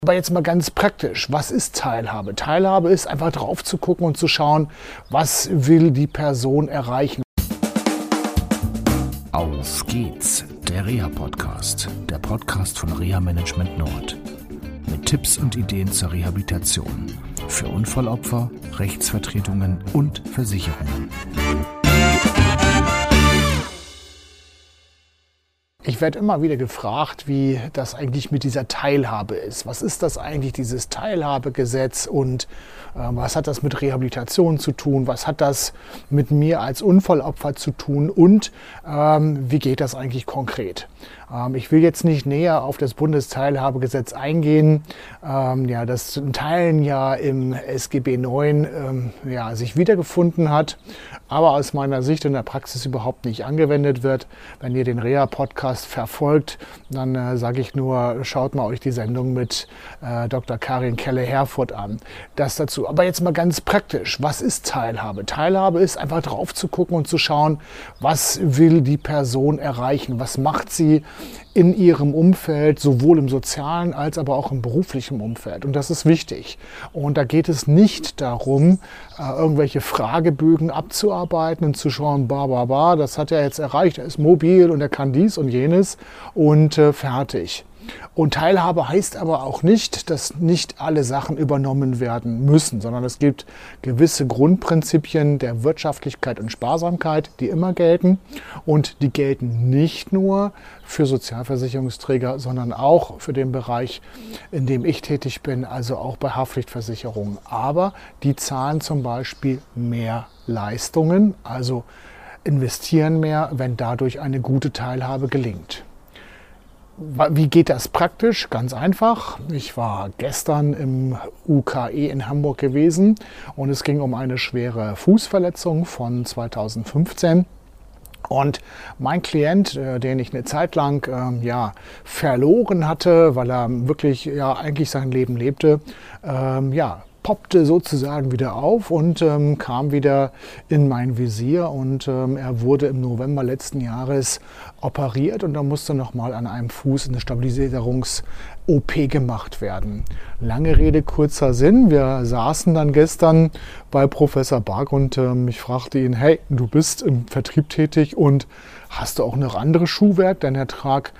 Aber jetzt mal ganz praktisch, was ist Teilhabe? Teilhabe ist einfach drauf zu gucken und zu schauen, was will die Person erreichen. Auf geht's, der Reha-Podcast, der Podcast von Reha Management Nord. Mit Tipps und Ideen zur Rehabilitation für Unfallopfer, Rechtsvertretungen und Versicherungen. Ich werde immer wieder gefragt, wie das eigentlich mit dieser Teilhabe ist. Was ist das eigentlich, dieses Teilhabegesetz, und was hat das mit Rehabilitation zu tun? Was hat das mit mir als Unfallopfer zu tun? Und wie geht das eigentlich konkret? Ich will jetzt nicht näher auf das Bundesteilhabegesetz eingehen, das in Teilen ja im SGB IX sich wiedergefunden hat, aber aus meiner Sicht in der Praxis überhaupt nicht angewendet wird. Wenn ihr den Reha-Podcast verfolgt, dann sage ich nur, schaut mal euch die Sendung mit Dr. Karin Kelle-Herfurth an. Das dazu. Aber jetzt mal ganz praktisch, was ist Teilhabe? Teilhabe ist einfach drauf zu gucken und zu schauen, was will die Person erreichen? Was macht sie in ihrem Umfeld, sowohl im sozialen als aber auch im beruflichen Umfeld. Und das ist wichtig. Und da geht es nicht darum, irgendwelche Fragebögen abzuarbeiten und zu schauen, das hat er jetzt erreicht, er ist mobil und er kann dies und jenes und fertig. Und Teilhabe heißt aber auch nicht, dass nicht alle Sachen übernommen werden müssen, sondern es gibt gewisse Grundprinzipien der Wirtschaftlichkeit und Sparsamkeit, die immer gelten. Und die gelten nicht nur für Sozialversicherungsträger, sondern auch für den Bereich, in dem ich tätig bin, also auch bei Haftpflichtversicherungen. Aber die zahlen zum Beispiel mehr Leistungen, also investieren mehr, wenn dadurch eine gute Teilhabe gelingt. Wie geht das praktisch? Ganz einfach. Ich war gestern im UKE in Hamburg gewesen und es ging um eine schwere Fußverletzung von 2015. Und mein Klient, den ich eine Zeit lang verloren hatte, weil er wirklich eigentlich sein Leben lebte, poppte sozusagen wieder auf und kam wieder in mein Visier, und er wurde im November letzten Jahres operiert und da musste nochmal an einem Fuß eine Stabilisierungs-OP gemacht werden. Lange Rede, kurzer Sinn. Wir saßen dann gestern bei Professor Bark und ich fragte ihn, hey, du bist im Vertrieb tätig und hast du auch noch anderes Schuhwerk? Denn er trug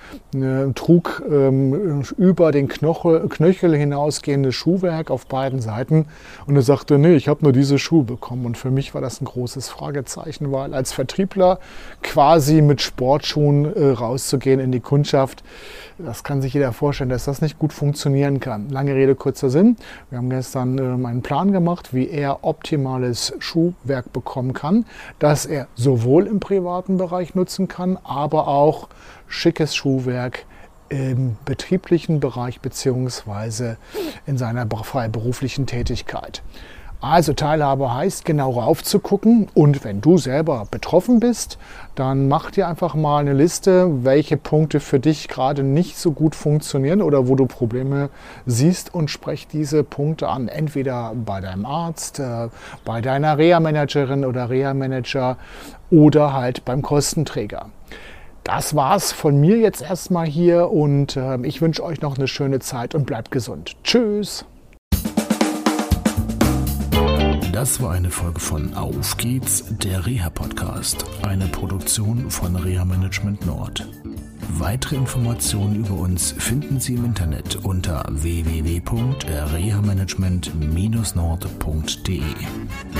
über den Knöchel hinausgehendes Schuhwerk auf beiden Seiten. Und er sagte, nee, ich habe nur diese Schuhe bekommen. Und für mich war das ein großes Fragezeichen, weil als Vertriebler quasi mit Sportschuhen rauszugehen in die Kundschaft, das kann sich jeder vorstellen, dass das nicht gut funktionieren kann. Lange Rede, kurzer Sinn. Wir haben gestern einen Plan gemacht, wie er optimales Schuhwerk bekommen kann, das er sowohl im privaten Bereich nutzen kann, aber auch schickes Schuhwerk im betrieblichen Bereich bzw. in seiner freiberuflichen Tätigkeit. Also Teilhabe heißt, genau raufzugucken, und wenn du selber betroffen bist, dann mach dir einfach mal eine Liste, welche Punkte für dich gerade nicht so gut funktionieren oder wo du Probleme siehst, und sprech diese Punkte an. Entweder bei deinem Arzt, bei deiner Reha-Managerin oder Reha-Manager oder halt beim Kostenträger. Das war's von mir jetzt erstmal hier, und ich wünsche euch noch eine schöne Zeit und bleibt gesund. Tschüss! Das war eine Folge von Auf geht's, der Reha-Podcast, eine Produktion von Reha Management Nord. Weitere Informationen über uns finden Sie im Internet unter www.rehamanagement-nord.de.